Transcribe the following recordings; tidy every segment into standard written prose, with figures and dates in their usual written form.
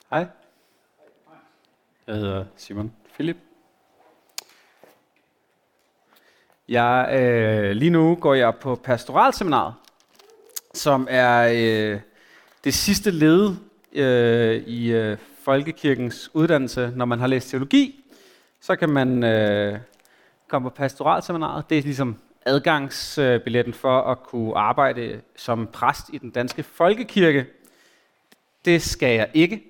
Hej, jeg hedder Simon Philip. Lige nu går jeg på pastoralseminaret, som er det sidste led i folkekirkens uddannelse. Når man har læst teologi, så kan man komme på pastoralseminaret. Det er ligesom adgangsbilletten for at kunne arbejde som præst i den danske folkekirke. Det skal jeg ikke.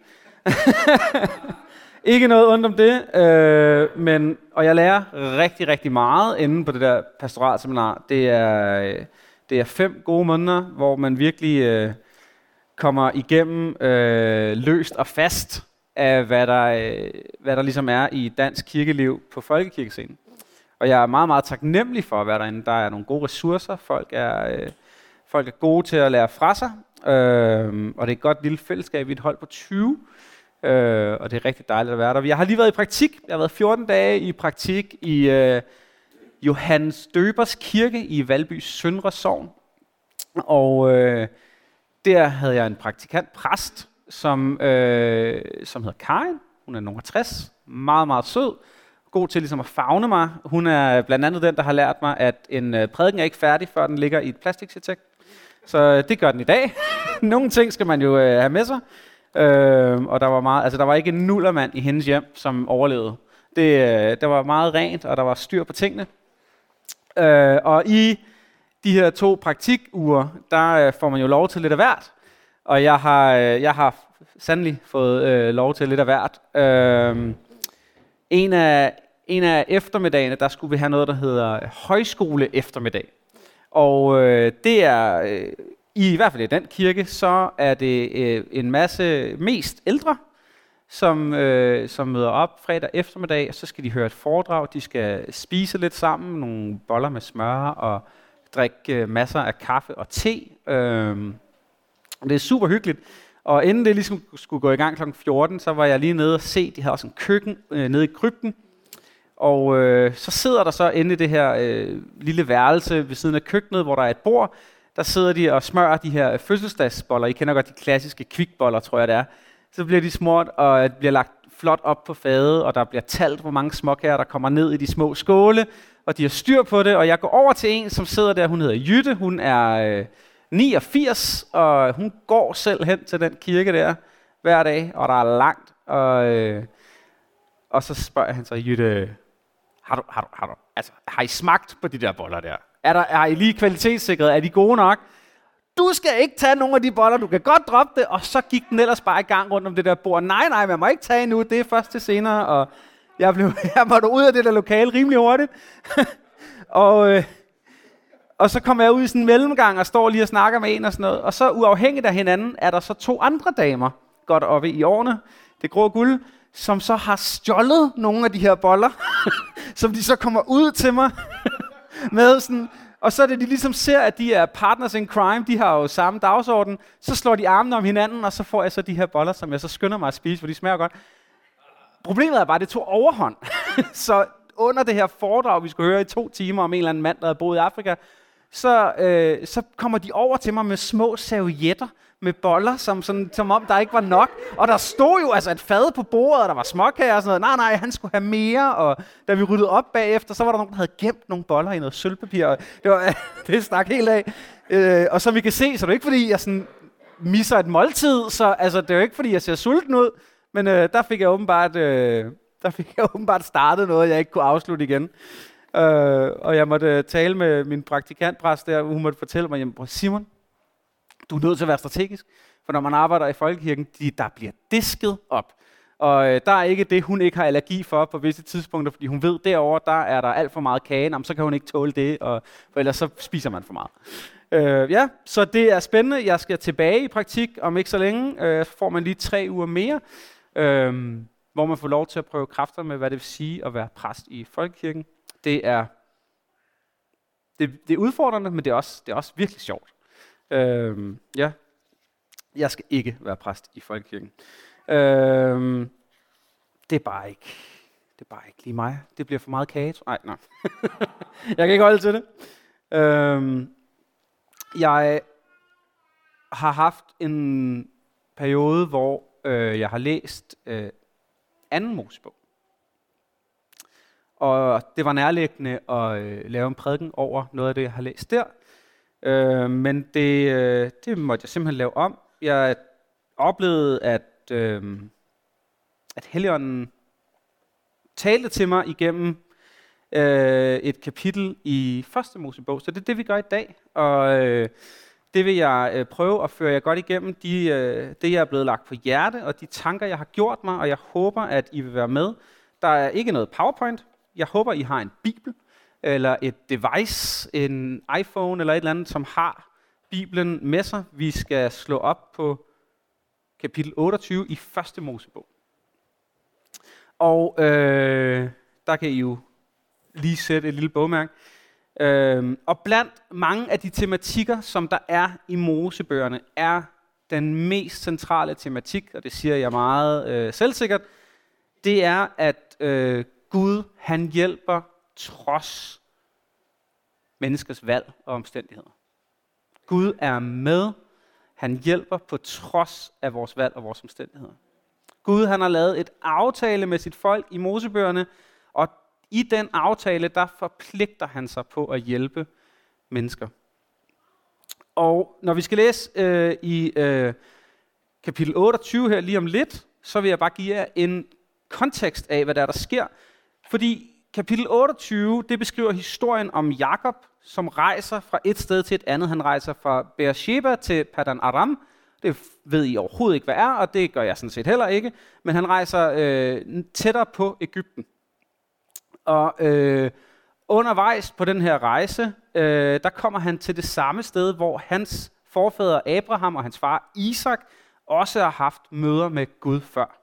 Ikke noget ondt om det, og jeg lærer rigtig, rigtig meget inde på det der pastoralseminar. Det er 5 gode måneder, hvor man virkelig kommer igennem løst og fast af, hvad der ligesom er i dansk kirkeliv på folkekirkescenen. Og jeg er meget, meget taknemmelig for at være derinde. Der er nogle gode ressourcer. Folk er gode til at lære fra sig. Og det er et godt lille fællesskab. Vi er et hold på 20. Og det er rigtig dejligt at være der. Jeg har lige været i praktik. Jeg har været 14 dage i praktik i Johannes Døbers Kirke i Valby Søndre Sogn. Og der havde jeg en praktikant præst, som hedder Karin. Hun er nogen 60. Meget, meget sød. God til ligesom at favne mig. Hun er blandt andet den, der har lært mig, at en prædiken er ikke færdig, før den ligger i et plastikcetek. Så det gør den i dag. Nogle ting skal man jo have med sig. Og der var ikke en nullermand i hendes hjem, som overlevede. Der var meget rent, og der var styr på tingene. Og i de her 2 praktikuger, der får man jo lov til lidt af hvert. Og jeg har sandelig fået lov til lidt af hvert. En af eftermiddagene, der skulle vi have noget, der hedder højskole eftermiddag. Og det er i hvert fald i den kirke, så er det en masse mest ældre, som møder op fredag eftermiddag, og så skal de høre et foredrag. De skal spise lidt sammen, nogle boller med smør og drikke masser af kaffe og te. Det er super hyggeligt. Og inden det ligesom skulle gå i gang kl. 14, så var jeg lige nede og se, de havde også en køkken nede i krypten. Og så sidder der så inde i det her lille værelse ved siden af køkkenet, hvor der er et bord. Der sidder de og smører de her fødselsdagsboller. I kender godt de klassiske kvikboller, tror jeg det er. Så bliver de smurt og bliver lagt flot op på fadet, og der bliver talt, hvor mange småkager der kommer ned i de små skåle. Og de har styr på det, og jeg går over til en, som sidder der. Hun hedder Jytte. Hun er 89, og hun går selv hen til den kirke der hver dag, og der er langt. Og så spørger han så, Jytte, har I smagt på de der boller der? Har I lige kvalitetssikret? Er de gode nok? Du skal ikke tage nogle af de boller, du kan godt droppe det. Og så gik den ellers bare i gang rundt om det der bord. Nej, man må ikke tage nu, det er først til senere. Og jeg måtte ud af det der lokale rimelig hurtigt. Og så kommer jeg ud i sådan en mellemgang og står lige og snakker med en og sådan noget. Og så uafhængigt af hinanden er der så 2 andre damer, godt oppe i årene, det grå guld, som så har stjålet nogle af de her boller, som de så kommer ud til mig med sådan. Og så er det, de ligesom ser, at de er partners in crime, de har jo samme dagsorden, så slår de armene om hinanden, og så får jeg så de her boller, som jeg så skynder mig at spise, for de smager godt. Problemet er bare, at det tog overhånd. Så under det her foredrag, vi skulle høre i 2 timer om en eller anden mand, der havde boet i Afrika, så kommer de over til mig med små servietter med boller, som om der ikke var nok. Og der stod jo altså et fad på bordet, og der var småkager og sådan noget. Nej, han skulle have mere. Og da vi ryddede op bagefter, så var der nogen, der havde gemt nogle boller i noget sølvpapir. Og det stak helt af. Og som vi kan se, så er det ikke fordi, jeg sådan misser et måltid. Så altså, det er jo ikke fordi, jeg ser sulten ud. Men der fik jeg åbenbart startet noget, jeg ikke kunne afslutte igen. Og jeg måtte tale med min praktikantpræst der, hun måtte fortælle mig, Simon, du er nødt til at være strategisk, for når man arbejder i folkekirken, der bliver disket op. Og der er ikke det, hun ikke har allergi for på visse tidspunkter, fordi hun ved, derovre, der er der alt for meget kage, så kan hun ikke tåle det, for ellers så spiser man for meget. Så det er spændende. Jeg skal tilbage i praktik om ikke så længe. Så får man lige 3 uger mere, hvor man får lov til at prøve kræfter med, hvad det vil sige at være præst i folkekirken. Det er udfordrende, men det er også virkelig sjovt. Jeg skal ikke være præst i folkekirken. Det er bare ikke lige mig. Det bliver for meget kage. Nej. Jeg kan ikke holde til det. Jeg har haft en periode, hvor jeg har læst anden Mosebog. Og det var nærliggende at lave en prædiken over noget af det, jeg har læst der. Men det måtte jeg simpelthen lave om. Jeg oplevede, at Helligånden talte til mig igennem et kapitel i første Mosebog. Så det er det, vi gør i dag. Og det vil jeg prøve at føre jer godt igennem. Det, jeg er blevet lagt på hjerte, og de tanker, jeg har gjort mig, og jeg håber, at I vil være med. Der er ikke noget PowerPoint. Jeg håber, I har en bibel, eller et device, en iPhone, eller et eller andet, som har Bibelen med sig. Vi skal slå op på kapitel 28 i første Mosebog. Og der kan I jo lige sætte et lille bogmærke. Og blandt mange af de tematikker, som der er i Mosebøgerne, er den mest centrale tematik, og det siger jeg meget selvsikkert, det er, at Gud, han hjælper trods menneskers valg og omstændigheder. Gud er med. Han hjælper på trods af vores valg og vores omstændigheder. Gud, han har lavet et aftale med sit folk i Mosebøgerne, og i den aftale, der forpligter han sig på at hjælpe mennesker. Og når vi skal læse i kapitel 28 her lige om lidt, så vil jeg bare give jer en kontekst af, hvad der sker. Fordi kapitel 28, det beskriver historien om Jakob, som rejser fra et sted til et andet. Han rejser fra Beersheba til Padan Aram. Det ved I overhovedet ikke, hvad er, og det gør jeg sådan set heller ikke. Men han rejser tættere på Egypten. Og undervejs på den her rejse, der kommer han til det samme sted, hvor hans forfader Abraham og hans far Isak også har haft møder med Gud før.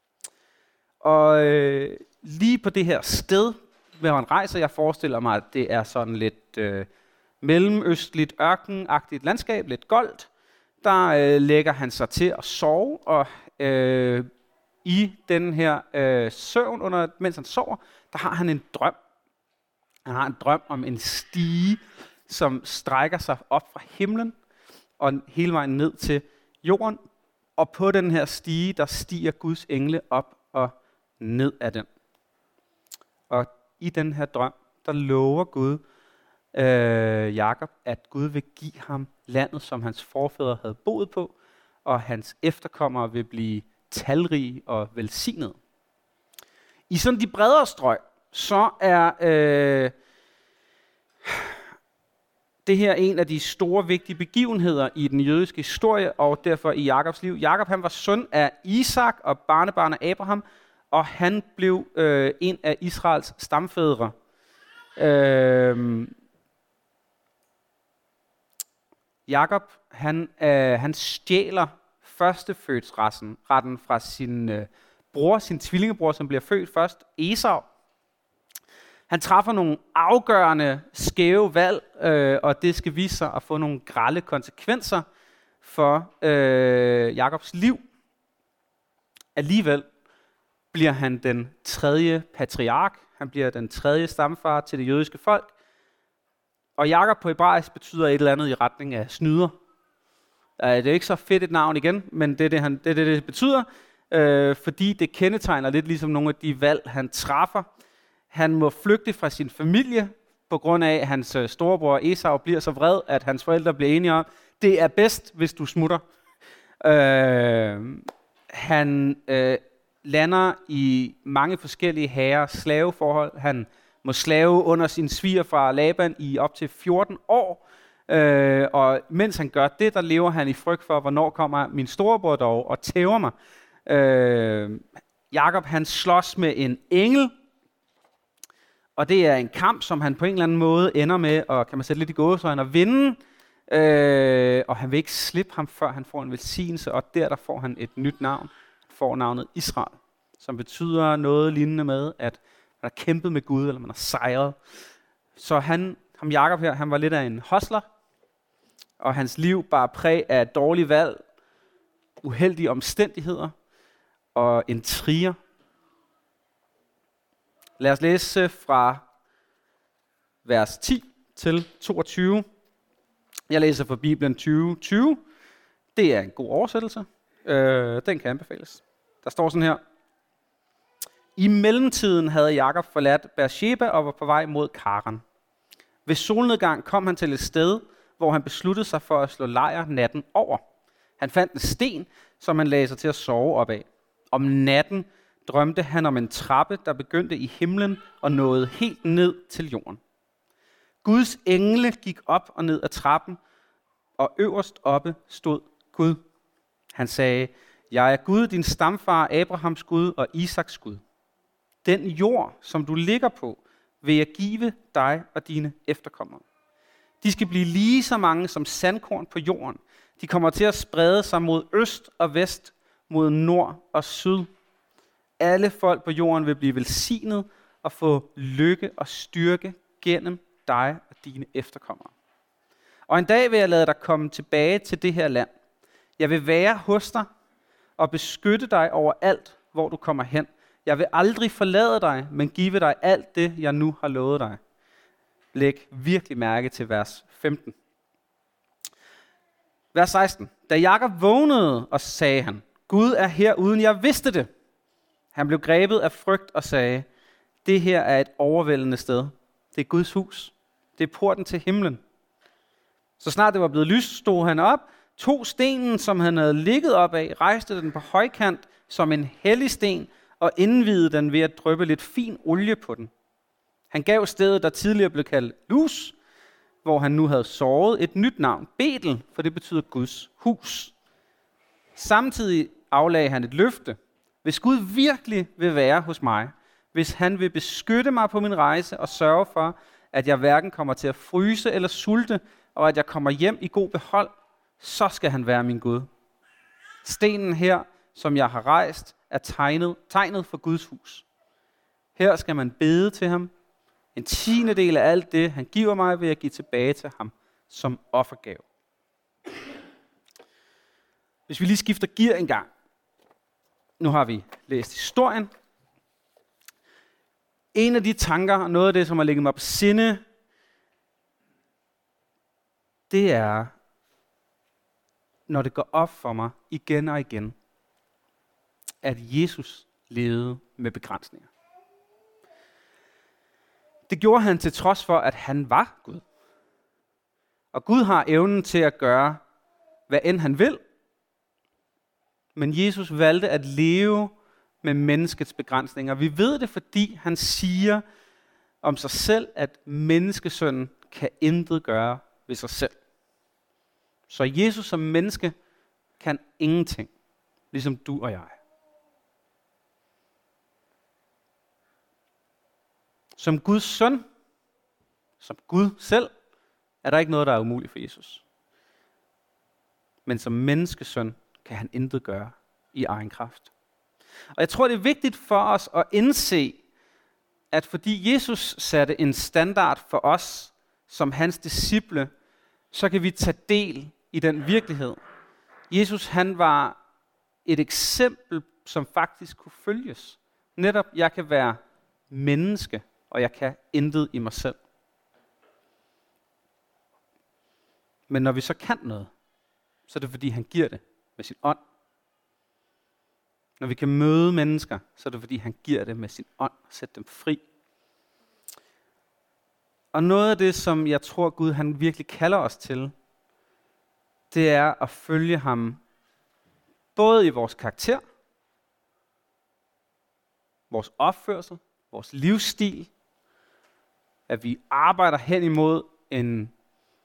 Og lige på det her sted, hvor han rejser, jeg forestiller mig, at det er sådan lidt mellemøstligt ørkenagtigt landskab, lidt goldt, der lægger han sig til at sove, og i den her søvn, mens han sover, der har han en drøm. Han har en drøm om en stige, som strækker sig op fra himlen og hele vejen ned til jorden. Og på den her stige, der stiger Guds engle op og ned af den. Og i den her drøm, der lover Gud Jakob, at Gud vil give ham landet, som hans forfædre havde boet på, og hans efterkommere vil blive talrige og velsignede. I sådan de bredere strøg, så er det her en af de store, vigtige begivenheder i den jødiske historie, og derfor i Jakobs liv. Jakob, han var søn af Isak og barnebarn af Abraham, og han blev en af Israels stamfædre. Jakob, han stjæler førstefødsretten fra sin bror, sin tvillingebror, som bliver født først, Esau. Han træffer nogle afgørende skæve valg, og det skal vise sig at få nogle grelle konsekvenser for Jakobs liv. Alligevel bliver han den tredje patriark. Han bliver den tredje stamfar til det jødiske folk. Og Jakob på hebraisk betyder et eller andet i retning af snyder. Det er ikke så fedt et navn igen, men det er det betyder, fordi det kendetegner lidt ligesom nogle af de valg, han træffer. Han må flygte fra sin familie, på grund af, at hans storebror Esau bliver så vred, at hans forældre bliver enige om, det er bedst, hvis du smutter. Han lander i mange forskellige herrer slaveforhold. Han må slave under sin svigerfar Laban i op til 14 år. Og mens han gør det, der lever han i frygt for, hvornår kommer min storebror dog og tæver mig. Jakob, han slås med en engel, og det er en kamp, som han på en eller anden måde ender med, og kan man sætte lidt i gåseøjne, at vinde. Og han vil ikke slippe ham, før han får en velsignelse, og der får han et nyt navn. Får navnet Israel, som betyder noget lignende med, at man har kæmpet med Gud, eller man har sejret. Så ham Jakob her, han var lidt af en hustler, og hans liv bar præg af dårlige valg, uheldige omstændigheder og intriger. Lad os læse fra vers 10 til 22. Jeg læser fra Bibelen 2020. Det er en god oversættelse. Den kan anbefales. Der står sådan her. I mellemtiden havde Jakob forladt Beersheba og var på vej mod Karan. Ved solnedgang kom han til et sted, hvor han besluttede sig for at slå lejr natten over. Han fandt en sten, som han lagde sig til at sove op af. Om natten drømte han om en trappe, der begyndte i himlen og nåede helt ned til jorden. Guds engle gik op og ned ad trappen, og øverst oppe stod Gud. Han sagde, jeg er Gud, din stamfar, Abrahams Gud og Isaks Gud. Den jord, som du ligger på, vil jeg give dig og dine efterkommere. De skal blive lige så mange som sandkorn på jorden. De kommer til at sprede sig mod øst og vest, mod nord og syd. Alle folk på jorden vil blive velsignet og få lykke og styrke gennem dig og dine efterkommere. Og en dag vil jeg lade dig komme tilbage til det her land. Jeg vil være hos dig og beskytte dig over alt, hvor du kommer hen. Jeg vil aldrig forlade dig, men give dig alt det, jeg nu har lovet dig. Læg virkelig mærke til vers 15. Vers 16. Da Jakob vågnede, og sagde han, Gud er her, uden jeg vidste det. Han blev grebet af frygt og sagde, det her er et overvældende sted. Det er Guds hus. Det er porten til himlen. Så snart det var blevet lyst, stod han op, tog stenen, som han havde ligget op af, rejste den på højkant som en hellig sten, og indviede den ved at dryppe lidt fin olie på den. Han gav stedet, der tidligere blev kaldt Lus, hvor han nu havde såret, et nyt navn, Betel, for det betyder Guds hus. Samtidig aflagde han et løfte. Hvis Gud virkelig vil være hos mig, hvis han vil beskytte mig på min rejse og sørge for, at jeg hverken kommer til at fryse eller sulte, og at jeg kommer hjem i god behold, så skal han være min Gud. Stenen her, som jeg har rejst, er tegnet for Guds hus. Her skal man bede til ham. En tiendedel af alt det, han giver mig, vil jeg give tilbage til ham som offergave. Hvis vi lige skifter gear en gang. Nu har vi læst historien. En af de tanker, noget af det, som har ligget mig på sinde, det er, når det går op for mig igen og igen, at Jesus levede med begrænsninger. Det gjorde han til trods for, at han var Gud. Og Gud har evnen til at gøre, hvad end han vil. Men Jesus valgte at leve med menneskets begrænsninger. Vi ved det, fordi han siger om sig selv, at menneskesønnen kan intet gøre ved sig selv. Så Jesus som menneske kan ingenting, ligesom du og jeg. Som Guds søn, som Gud selv, er der ikke noget, der er umuligt for Jesus. Men som menneskesøn kan han intet gøre i egen kraft. Og jeg tror, det er vigtigt for os at indse, at fordi Jesus satte en standard for os som hans disciple, så kan vi tage del i den virkelighed. Jesus, han var et eksempel, som faktisk kunne følges. Netop, jeg kan være menneske, og jeg kan intet i mig selv. Men når vi så kan noget, så er det fordi, han giver det med sin ånd. Når vi kan møde mennesker, så er det fordi, han giver det med sin ånd og sætter dem fri. Og noget af det, som jeg tror, Gud han virkelig kalder os til, det er at følge ham både i vores karakter, vores opførsel, vores livsstil, at vi arbejder hen imod en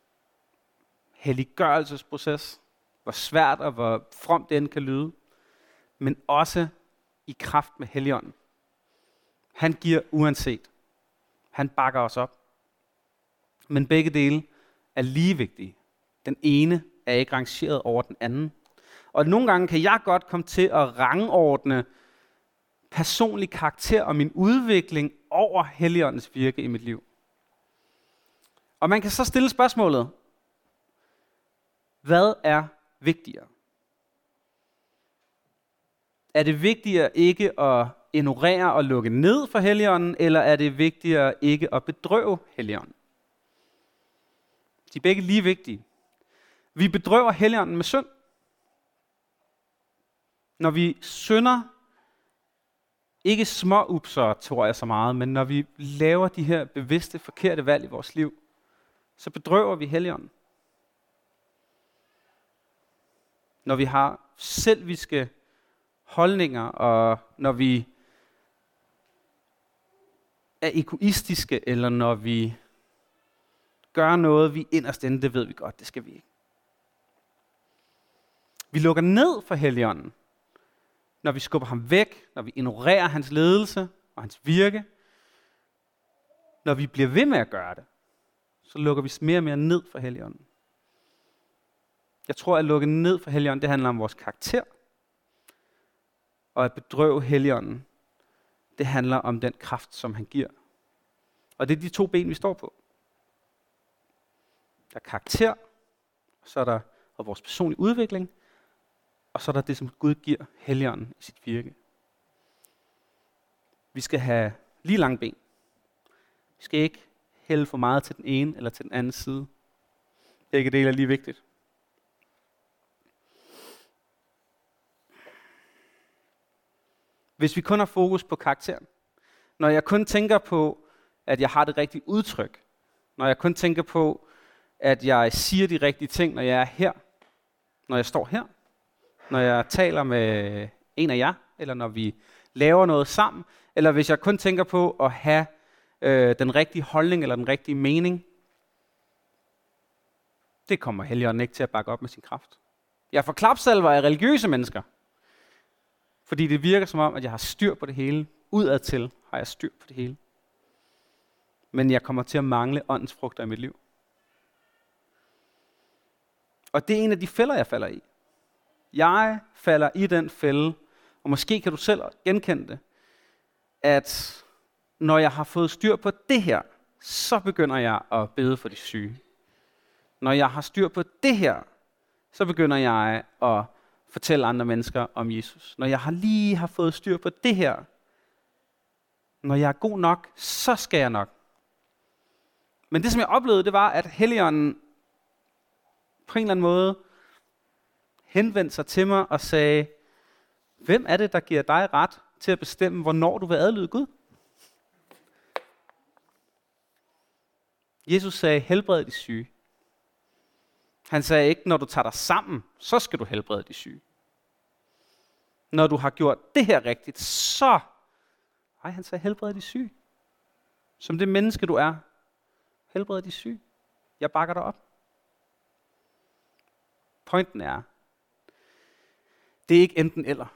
helliggørelsesproces, hvor svært og hvor fromt det end kan lyde, men også i kraft med Helligånden. Han giver uanset. Han bakker os op. Men begge dele er lige vigtige. Den ene er ikke rangeret over den anden. Og nogle gange kan jeg godt komme til at rangordne personlig karakter og min udvikling over Helligåndens virke i mit liv. Og man kan så stille spørgsmålet, hvad er vigtigere? Er det vigtigere ikke at ignorere og lukke ned for Helligånden, eller er det vigtigere ikke at bedrøve Helligånden? De er begge lige vigtige. Vi bedrøver Helligånden med synd. Når vi synder, ikke småupser, tror jeg så meget, men når vi laver de her bevidste, forkerte valg i vores liv, så bedrøver vi Helligånden. Når vi har selviske holdninger, og når vi er egoistiske, eller når vi gør noget, vi inderst inde, det ved vi godt, det skal vi ikke. Vi lukker ned for Helligånden, når vi skubber ham væk, når vi ignorerer hans ledelse og hans virke. Når vi bliver ved med at gøre det, så lukker vi mere og mere ned for Helligånden. Jeg tror, at lukke ned for Helligånden, det handler om vores karakter. Og at bedrøve Helligånden, det handler om den kraft, som han giver. Og det er de to ben, vi står på. Der er karakter, så er der og vores personlige udvikling, og så er der det, som Gud giver Helligånden i sit virke. Vi skal have lige lange ben. Vi skal ikke hælde for meget til den ene eller til den anden side. Begge dele er lige vigtigt. Hvis vi kun har fokus på karakteren, når jeg kun tænker på, at jeg har det rigtige udtryk, når jeg kun tænker på, at jeg siger de rigtige ting, når jeg er her, når jeg står her, når jeg taler med en af jer, eller når vi laver noget sammen, eller hvis jeg kun tænker på at have den rigtige holdning eller den rigtige mening, det kommer Helligånden ikke til at bakke op med sin kraft. Jeg får klapsalver af religiøse mennesker, fordi det virker som om, at jeg har styr på det hele. Udadtil har jeg styr på det hele. Men jeg kommer til at mangle åndens frugter i mit liv. Og det er en af de fælder, jeg falder i. Jeg falder i den fælde, og måske kan du selv genkende det, at når jeg har fået styr på det her, så begynder jeg at bede for de syge. Når jeg har styr på det her, så begynder jeg at fortælle andre mennesker om Jesus. Når jeg lige har fået styr på det her, når jeg er god nok, så skal jeg nok. Men det, som jeg oplevede, det var, at Helligånden på en eller anden måde henvendte sig til mig og sagde, hvem er det, der giver dig ret til at bestemme, hvornår du vil adlyde Gud? Jesus sagde, helbred de syge. Han sagde ikke, når du tager dig sammen, så skal du helbrede de syge. Når du har gjort det her rigtigt, så... Nej, han sagde, helbred de syge. Som det menneske, du er. Helbred de syge. Jeg bakker dig op. Pointen er, det er ikke enten eller.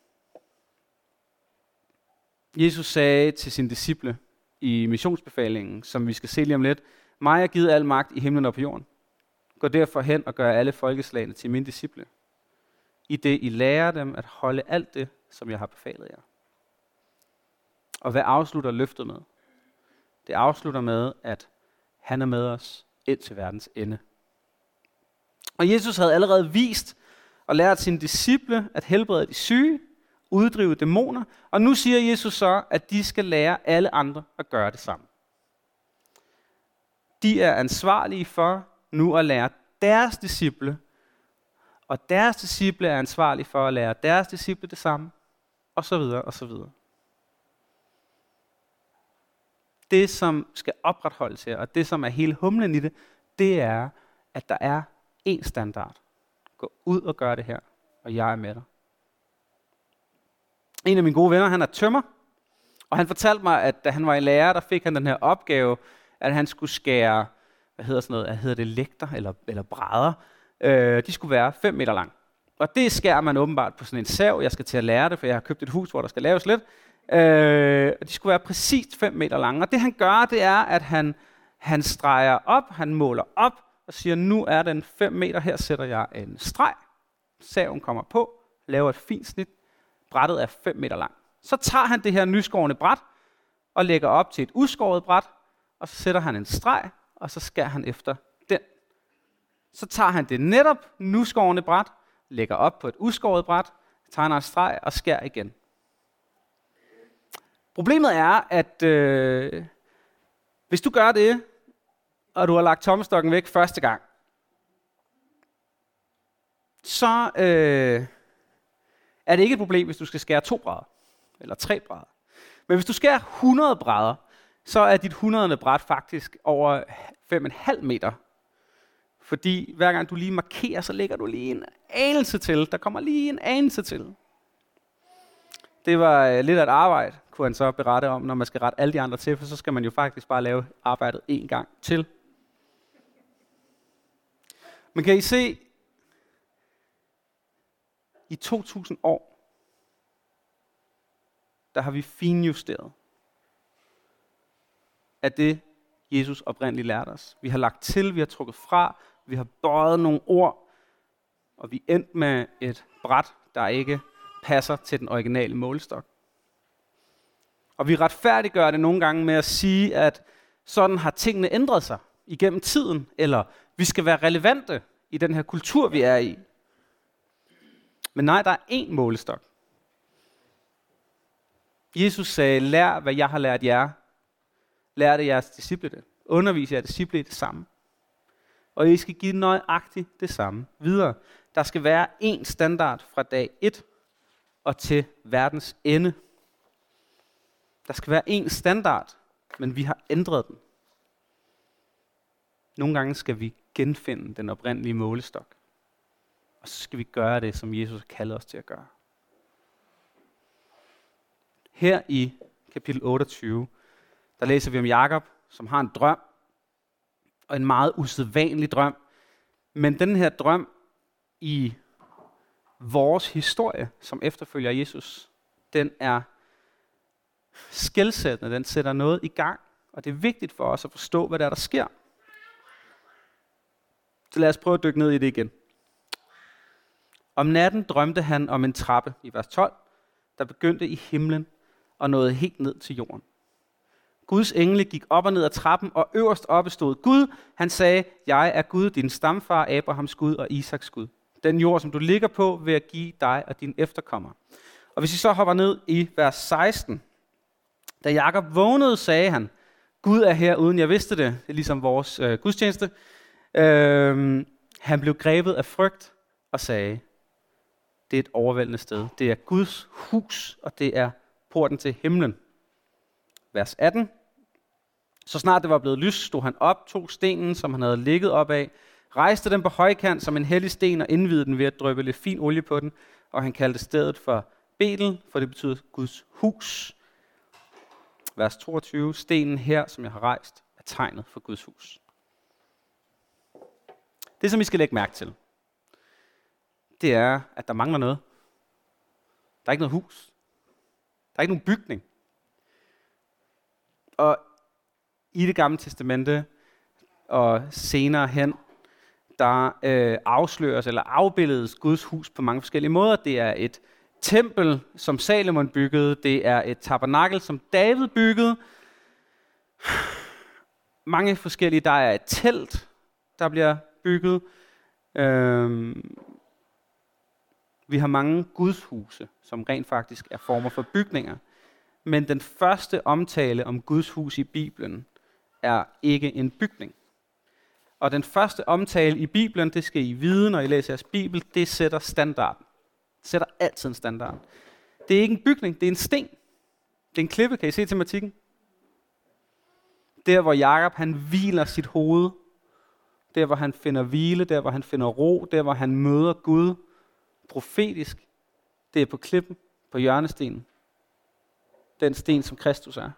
Jesus sagde til sine disciple i missionsbefalingen, som vi skal se lige om lidt, mig er givet al magt i himlen og på jorden. Gå derfor hen og gør alle folkeslagene til mine disciple, i det I lærer dem at holde alt det, som jeg har befalet jer. Og hvad afslutter løftet med? Det afslutter med, at han er med os ind til verdens ende. Og Jesus havde allerede vist og lært sine disciple at helbrede de syge, uddrive dæmoner, og nu siger Jesus så, at de skal lære alle andre at gøre det samme. De er ansvarlige for nu at lære deres disciple, og deres disciple er ansvarlige for at lære deres disciple det samme, og så videre, og så videre. Det, som skal opretholdes her, og det, som er hele humlen i det, det er, at der er én standard. Gå ud og gør det her, og jeg er med dig. En af mine gode venner, han er tømrer, og han fortalte mig, at da han var i lære, der fik han den her opgave, at han skulle skære, hedder det lægter eller brædder. De skulle være 5 meter lang. Og det skærer man åbenbart på sådan en sav. Jeg skal til at lære det, for jeg har købt et hus, hvor der skal laves lidt. De skulle være præcist 5 meter lange. Og det han gør, det er, at han streger op, han måler op, og siger, nu er den 5 meter, her sætter jeg en streg. Saven kommer på, laver et fint snit. Brættet er 5 meter lang. Så tager han det her nyskårne bræt, og lægger op til et udskåret bræt, og så sætter han en streg, og så skærer han efter den. Så tager han det netop nyskårne bræt, lægger op på et udskåret bræt, tegner en streg og skærer igen. Problemet er, at hvis du gør det, og du har lagt tommestokken væk første gang, så er det ikke et problem, hvis du skal skære 2 brædder, eller 3 brædder. Men hvis du skærer 100 brædder, så er dit 100. bræt faktisk over 5,5 meter. Fordi hver gang du lige markerer, så lægger du lige en anelse til. Der kommer lige en anelse til. Det var lidt af et arbejde, kunne han så berette om, når man skal rette alle de andre til, for så skal man jo faktisk bare lave arbejdet en gang til. Men kan I se, i 2000 år, der har vi finjusteret af det, Jesus oprindeligt lærte os. Vi har lagt til, vi har trukket fra, vi har bøjet nogle ord, og vi er endt med et bræt, der ikke passer til den originale målestok. Og vi retfærdiggør det nogle gange med at sige, at sådan har tingene ændret sig igennem tiden, eller vi skal være relevante i den her kultur, vi er i. Men nej, der er én målestok. Jesus sagde, lær hvad jeg har lært jer. Lær det jeres disciple det. Undervis jer disciple det samme. Og I skal give nøjagtigt det samme videre. Der skal være én standard fra dag 1 og til verdens ende. Der skal være én standard, men vi har ændret den. Nogle gange skal vi genfinde den oprindelige målestok. Og så skal vi gøre det, som Jesus kalder os til at gøre. Her i kapitel 28, der læser vi om Jakob, som har en drøm. Og en meget usædvanlig drøm. Men den her drøm i vores historie, som efterfølger Jesus, den er skelsættende. Den sætter noget i gang. Og det er vigtigt for os at forstå, hvad der sker. Så lad os prøve at dykke ned i det igen. Om natten drømte han om en trappe i vers 12, der begyndte i himlen og nåede helt ned til jorden. Guds engle gik op og ned ad trappen, og øverst oppe stod Gud. Han sagde, jeg er Gud, din stamfar, Abrahams Gud og Isaks Gud. Den jord, som du ligger på, vil jeg give dig og dine efterkommere. Og hvis I så hopper ned i vers 16. Da Jakob vågnede, sagde han, Gud er her, uden jeg vidste det. Det er ligesom vores gudstjeneste. Han blev grebet af frygt og sagde, det er et overvældende sted. Det er Guds hus, og det er porten til himlen. Vers 18. Så snart det var blevet lyst, stod han op, tog stenen, som han havde ligget op af, rejste den på højkant som en hellig sten og indvidede den ved at dryppe lidt fin olie på den, og han kaldte stedet for Betel, for det betyder Guds hus. Vers 22. Stenen her, som jeg har rejst, er tegnet for Guds hus. Det, som I skal lægge mærke til, det er, at der mangler noget. Der er ikke noget hus. Der er ikke nogen bygning. Og i Det Gamle Testamente og senere hen, der afsløres eller afbilledes Guds hus på mange forskellige måder. Det er et tempel, som Salomon byggede. Det er et tabernakel, som David byggede. Mange forskellige. Der er et telt, der bliver bygget. Vi har mange gudshuse, som rent faktisk er former for bygninger. Men den første omtale om Guds hus i Bibelen er ikke en bygning. Og den første omtale i Bibelen, det skal I vide, når I læser jeres Bibel, det sætter standarden. Det sætter altid en standard. Det er ikke en bygning, det er en sten. Det er en klippe, kan I se tematikken? Der hvor Jakob han hviler sit hoved, der hvor han finder hvile, der hvor han finder ro, der hvor han møder Gud profetisk, det er på klippen, på hjørnestenen. Den sten, som Kristus er.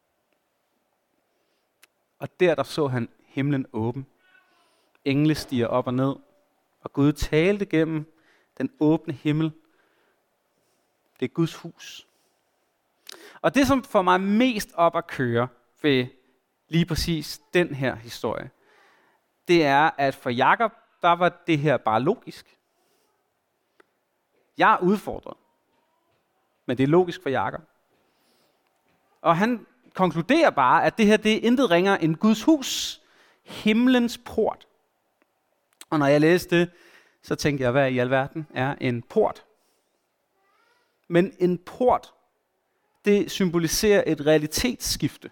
Og der så han himlen åben. Engle stiger op og ned, og Gud talte gennem den åbne himmel. Det er Guds hus. Og det, som får mig mest op at køre ved lige præcis den her historie, det er, at for Jakob, der var det her bare logisk. Jeg er udfordret, men det er logisk for Jakob. Og han konkluderer bare, at det her det er intet ringere end Guds hus, himlens port. Og når jeg læste det, så tænkte jeg, hvad i alverden er en port? Men en port, det symboliserer et realitetsskifte.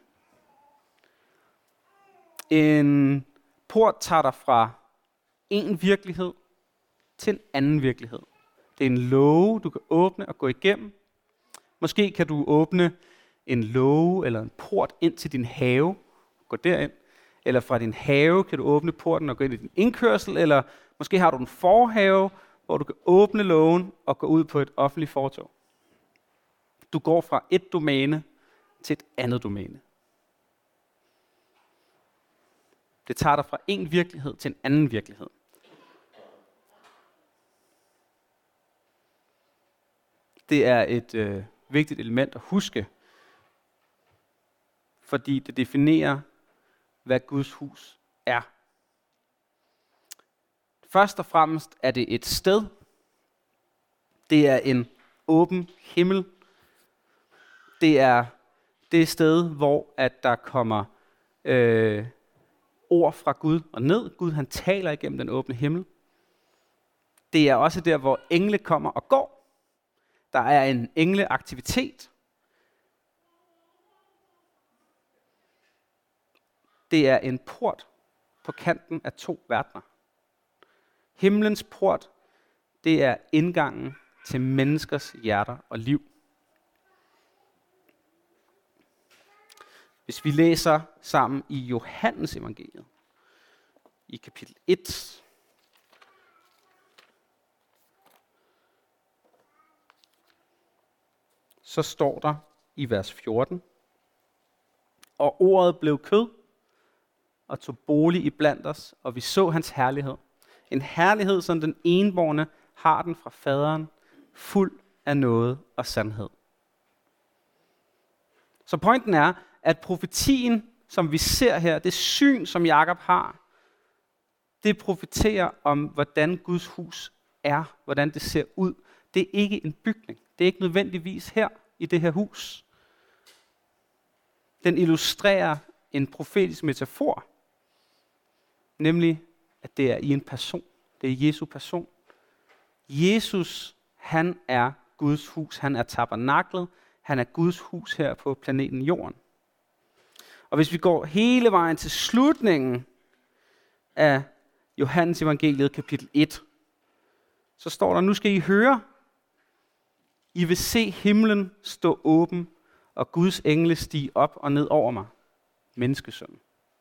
En port tager dig fra en virkelighed til en anden virkelighed. Det er en låge, du kan åbne og gå igennem. Måske kan du åbne en låge eller en port ind til din have, gå derind. Eller fra din have kan du åbne porten og gå ind i din indkørsel, eller måske har du en forhave, hvor du kan åbne lågen og gå ud på et offentligt fortov. Du går fra et domæne til et andet domæne. Det tager dig fra en virkelighed til en anden virkelighed. Det er et vigtigt element at huske, fordi det definerer, hvad Guds hus er. Først og fremmest er det et sted. Det er en åben himmel. Det er det sted, hvor at der kommer ord fra Gud og ned. Gud han taler igennem den åbne himmel. Det er også der, hvor engle kommer og går. Der er en engleaktivitet. Det er en port på kanten af 2 verdener. Himlens port, det er indgangen til menneskers hjerter og liv. Hvis vi læser sammen i Johannes evangeliet, i kapitel 1, så står der i vers 14, og ordet blev kød og tog bolig iblandt os, og vi så hans herlighed. En herlighed, som den enbårne har den fra faderen, fuld af nåde og sandhed. Så pointen er, at profetien, som vi ser her, det syn, som Jakob har, det profeterer om, hvordan Guds hus er, hvordan det ser ud. Det er ikke en bygning. Det er ikke nødvendigvis her i det her hus. Den illustrerer en profetisk metafor, nemlig at det er i en person. Det er Jesu person. Jesus, han er Guds hus. Han er tabernaklet. Han er Guds hus her på planeten Jorden. Og hvis vi går hele vejen til slutningen af Johannes evangeliet kapitel 1, så står der, nu skal I høre, I vil se himlen stå åben, og Guds engle stige op og ned over mig, menneskesønnen.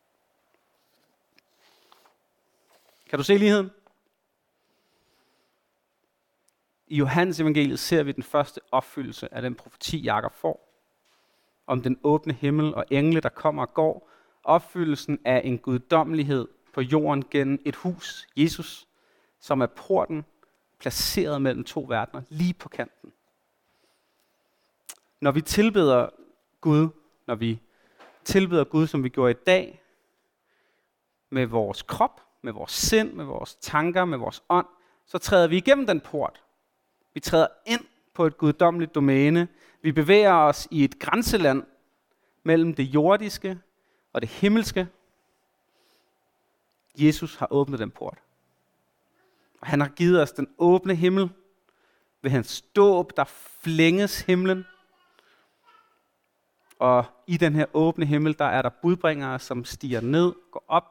Kan du se ligheden? I Johannes evangeliet ser vi den første opfyldelse af den profeti, Jakob får, om den åbne himmel og engle, der kommer og går. Opfyldelsen af en guddommelighed på jorden gennem et hus, Jesus, som er porten placeret mellem 2 verdener, lige på kanten. Når vi tilbeder Gud, som vi gjorde i dag, med vores krop, med vores sind, med vores tanker, med vores ånd, så træder vi igennem den port. Vi træder ind på et guddommeligt domæne. Vi bevæger os i et grænseland mellem det jordiske og det himmelske. Jesus har åbnet den port. Og han har givet os den åbne himmel. Ved hans dåb, der flænges himlen. Og i den her åbne himmel, der er der budbringere, som stiger ned, går op.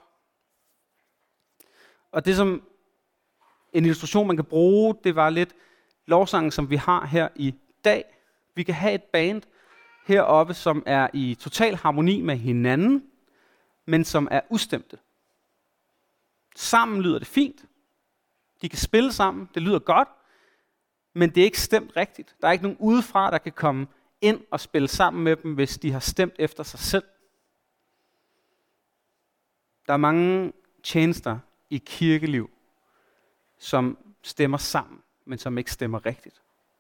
Og det som en illustration, man kan bruge, det var lidt lovsangen, som vi har her i dag. Vi kan have et band heroppe, som er i total harmoni med hinanden, men som er ustemte. Sammen lyder det fint. De kan spille sammen, det lyder godt, men det er ikke stemt rigtigt. Der er ikke nogen udefra, der kan komme ind og spille sammen med dem, hvis de har stemt efter sig selv. Der er mange tjenester i kirkeliv, som stemmer sammen, men som ikke stemmer rigtigt.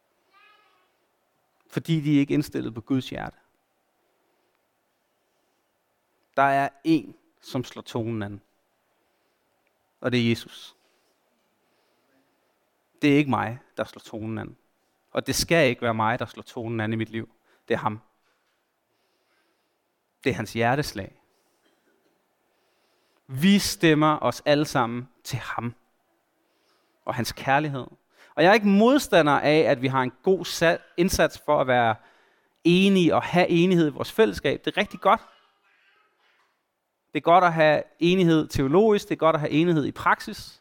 Fordi de er ikke indstillet på Guds hjerte. Der er en, som slår tonen an. Og det er Jesus. Det er ikke mig, der slår tonen an. Og det skal ikke være mig, der slår tonen an i mit liv. Det er ham. Det er hans hjerteslag. Vi stemmer os alle sammen til ham. Og hans kærlighed. Og jeg er ikke modstander af, at vi har en god indsats for at være enige og have enighed i vores fællesskab. Det er rigtig godt. Det er godt at have enighed teologisk, det er godt at have enighed i praksis.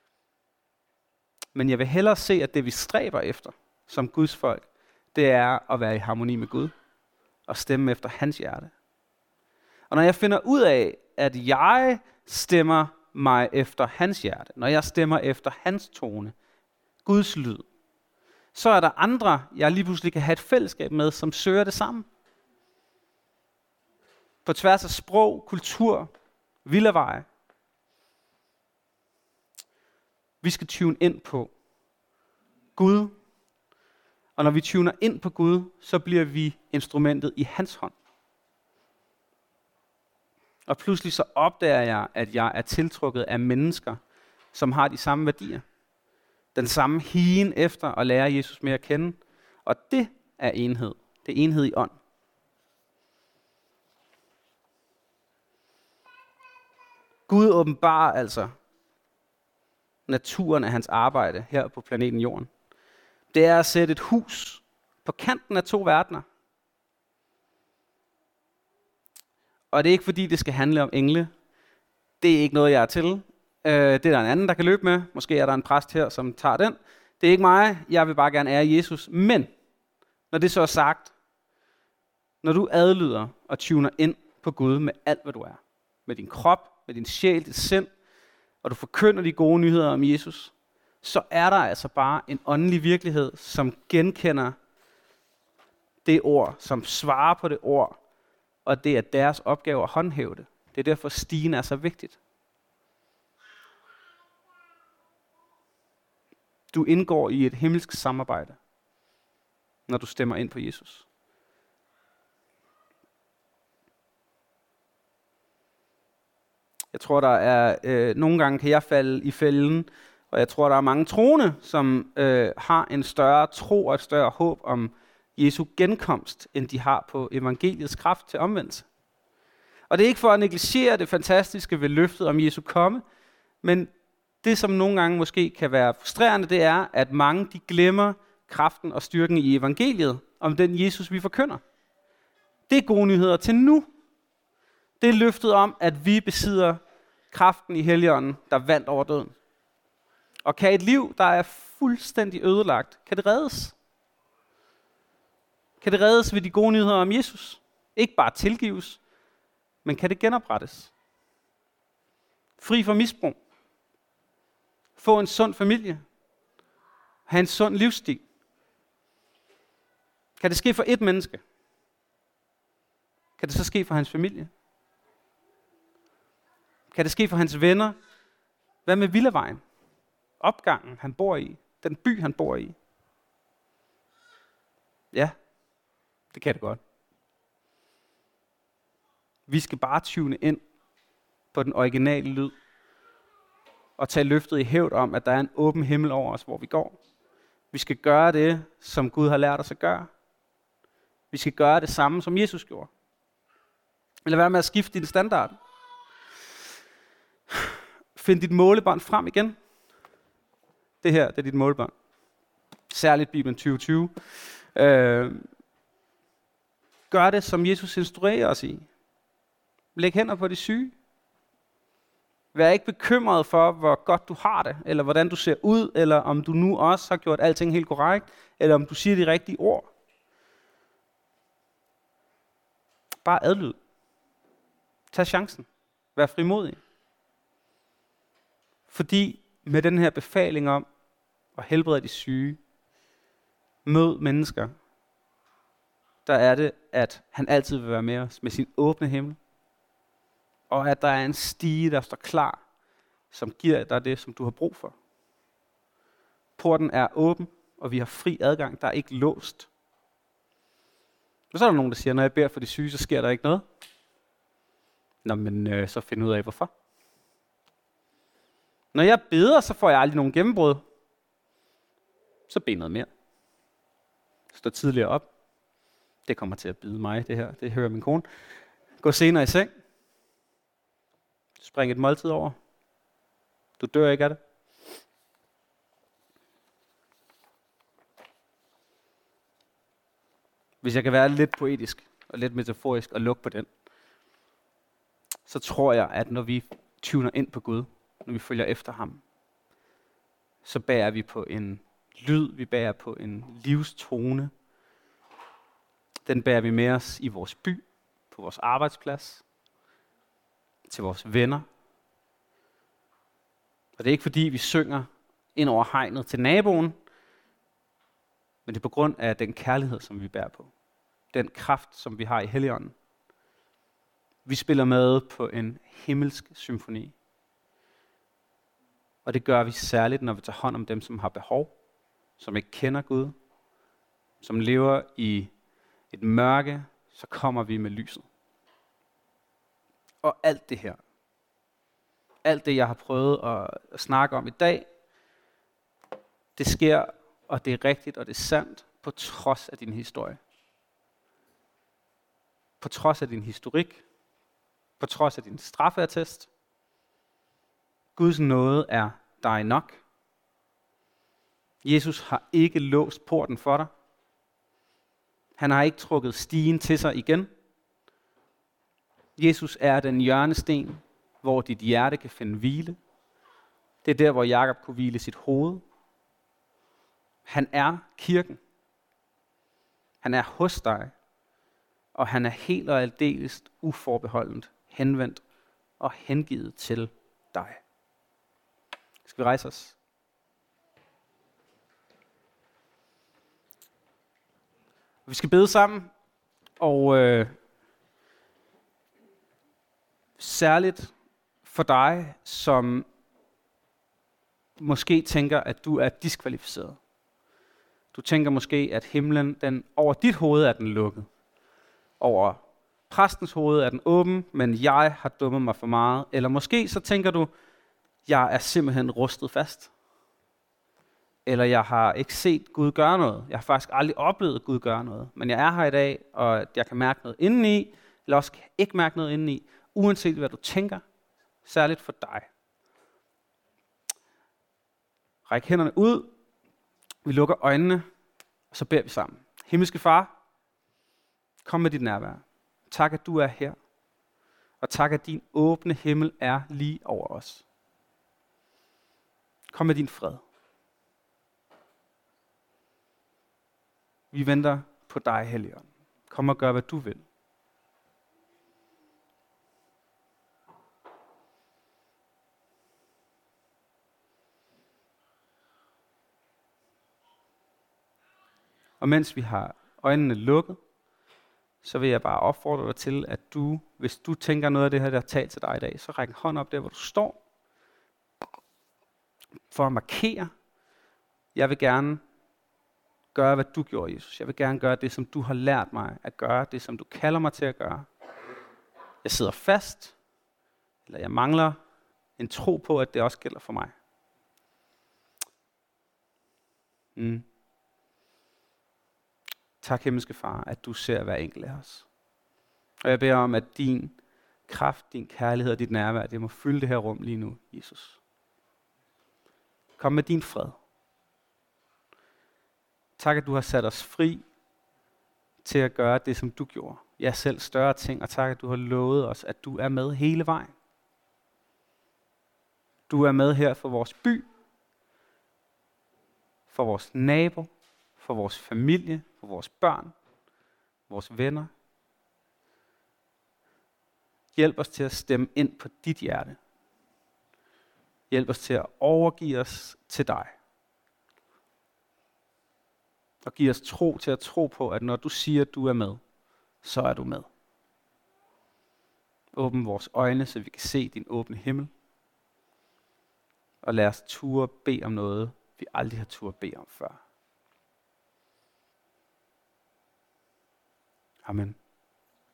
Men jeg vil hellere se, at det vi stræber efter som Guds folk, det er at være i harmoni med Gud. og stemme efter hans hjerte. Og når jeg finder ud af, at jeg stemmer mig efter hans hjerte, når jeg stemmer efter hans tone, Guds lyd, så er der andre, jeg lige pludselig kan have et fællesskab med, som søger det samme. På tværs af sprog, kultur, villaveje. Vi skal tune ind på Gud. Og når vi tuner ind på Gud, så bliver vi instrumentet i hans hånd. Og pludselig så opdager jeg, at jeg er tiltrukket af mennesker, som har de samme værdier. Den samme higen efter at lære Jesus mere at kende. Og det er enhed. Det er enhed i ånd. Gud åbenbarer altså naturen af hans arbejde her på planeten Jorden. Det er at sætte et hus på kanten af to verdener. Og det er ikke fordi, det skal handle om engle. Det er ikke noget, jeg er til. Det er der en anden, der kan løbe med. Måske er der en præst her, som tager den. Det er ikke mig. Jeg vil bare gerne ære Jesus. Men når det så er sagt, når du adlyder og tuner ind på Gud med alt, hvad du er, med din krop, med din sjæl, dit sind, og du forkynder de gode nyheder om Jesus, så er der altså bare en åndelig virkelighed, som genkender det ord, som svarer på det ord, og det er deres opgave at håndhæve det. Det er derfor stigen er så vigtigt. Du indgår i et himmelsk samarbejde, når du stemmer ind på Jesus. Jeg tror, der er nogle gange kan jeg falde i fælden, og jeg tror, der er mange troende, som har en større tro og et større håb om Jesu genkomst, end de har på evangeliets kraft til omvendelse. Og det er ikke for at negligere det fantastiske ved løftet om Jesu komme, men det, som nogle gange måske kan være frustrerende, det er, at mange de glemmer kraften og styrken i evangeliet om den Jesus, vi forkynder. Det er gode nyheder til nu. Det er løftet om, at vi besidder kraften i Helligånden, der vandt over døden. Og kan et liv, der er fuldstændig ødelagt, kan det reddes? Kan det reddes ved de gode nyheder om Jesus? Ikke bare tilgives, men kan det genoprettes? Fri for misbrug. Få en sund familie. Have en sund livsstil. Kan det ske for ét menneske? Kan det så ske for hans familie? Kan det ske for hans venner? Hvad med villavejen? Opgangen, han bor i. Den by, han bor i. Ja, det kan det godt. Vi skal bare tune ind på den originale lyd og tage løftet i hævd om, at der er en åben himmel over os, hvor vi går. Vi skal gøre det, som Gud har lært os at gøre. Vi skal gøre det samme, som Jesus gjorde. Eller være med at skifte din standard. Find dit målebånd frem igen. Det her, det er dit målebånd. Særligt Bibelen 2020. Gør det, som Jesus instruerer os i. Læg hænder på de syge. Vær ikke bekymret for, hvor godt du har det, eller hvordan du ser ud, eller om du nu også har gjort alting helt korrekt, eller om du siger de rigtige ord. Bare adlyd. Tag chancen. Vær frimodig. Fordi med den her befaling om at helbrede de syge, mød mennesker, der er det, at han altid vil være med os med sin åbne himmel. Og at der er en stige, der står klar, som giver dig det, som du har brug for. Porten er åben, og vi har fri adgang. Der er ikke låst. Og så er der nogen, der siger, når jeg beder for de syge, så sker der ikke noget. Nå, men så find ud af, hvorfor. Når jeg beder, så får jeg aldrig nogen gennembrud. Så bed noget mere. Stå tidligere op. Det kommer til at bide mig, det her. Det hører min kone. Gå senere i seng. Spring et måltid over. Du dør ikke af det. Hvis jeg kan være lidt poetisk og lidt metaforisk og lukke på den, så tror jeg, at når vi tuner ind på Gud, når vi følger efter ham, så bærer vi på en lyd, vi bærer på en livstone, Den bærer vi med os i vores by, på vores arbejdsplads, til vores venner. Og det er ikke fordi, vi synger ind over hegnet til naboen, men det er på grund af den kærlighed, som vi bærer på. Den kraft, som vi har i Helligånden. Vi spiller med på en himmelsk symfoni. Og det gør vi særligt, når vi tager hånd om dem, som har behov, som ikke kender Gud, som lever i et mørke, så kommer vi med lyset. Og alt det her, alt det, jeg har prøvet at snakke om i dag, det sker, og det er rigtigt, og det er sandt, på trods af din historie. På trods af din historik, på trods af din straffeattest. Guds nåde er dig nok. Jesus har ikke låst porten for dig. Han har ikke trukket stigen til sig igen. Jesus er den hjørnesten, hvor dit hjerte kan finde hvile. Det er der, hvor Jakob kunne hvile sit hoved. Han er kirken. Han er hos dig. Og han er helt og aldeles uforbeholdent henvendt og hengivet til dig. Skal vi rejse os? Vi skal bede sammen, og særligt for dig, som måske tænker, at du er diskvalificeret. Du tænker måske, at himlen den over dit hoved er den lukket. Over præstens hoved er den åben, men jeg har dummet mig for meget. Eller måske så tænker du, jeg er simpelthen rustet fast. Eller jeg har ikke set Gud gøre noget. Jeg har faktisk aldrig oplevet Gud gøre noget. Men jeg er her i dag, og jeg kan mærke noget indeni, eller også kan jeg ikke mærke noget indeni, uanset hvad du tænker, særligt for dig. Ræk hænderne ud. Vi lukker øjnene, og så beder vi sammen. Himmelske Far, kom med dit nærvær. Tak, at du er her. Og tak, at din åbne himmel er lige over os. Kom med din fred. Vi venter på dig, Helligånd. Kom og gør, hvad du vil. Og mens vi har øjnene lukket, så vil jeg bare opfordre dig til, at du, hvis du tænker noget af det her, der er talt til dig i dag, så ræk en hånd op der, hvor du står, for at markere, jeg vil gerne gøre, hvad du gjorde, Jesus. Jeg vil gerne gøre det, som du har lært mig at gøre, det, som du kalder mig til at gøre. Jeg sidder fast, eller jeg mangler en tro på, at det også gælder for mig. Tak, himmelske Far, at du ser hver enkelt af os. Og jeg beder om, at din kraft, din kærlighed og dit nærvær, det må fylde det her rum lige nu, Jesus. Kom med din fred. Tak, at du har sat os fri til at gøre det, som du gjorde. Ja, selv større ting, og tak, at du har lovet os, at du er med hele vejen. Du er med her for vores by, for vores nabo, for vores familie, for vores børn, vores venner. Hjælp os til at stemme ind på dit hjerte. Hjælp os til at overgive os til dig. Og giv os tro til at tro på, at når du siger, at du er med, så er du med. Åbn vores øjne, så vi kan se din åbne himmel. Og lad os turde bede om noget, vi aldrig har turde bede om før. Amen.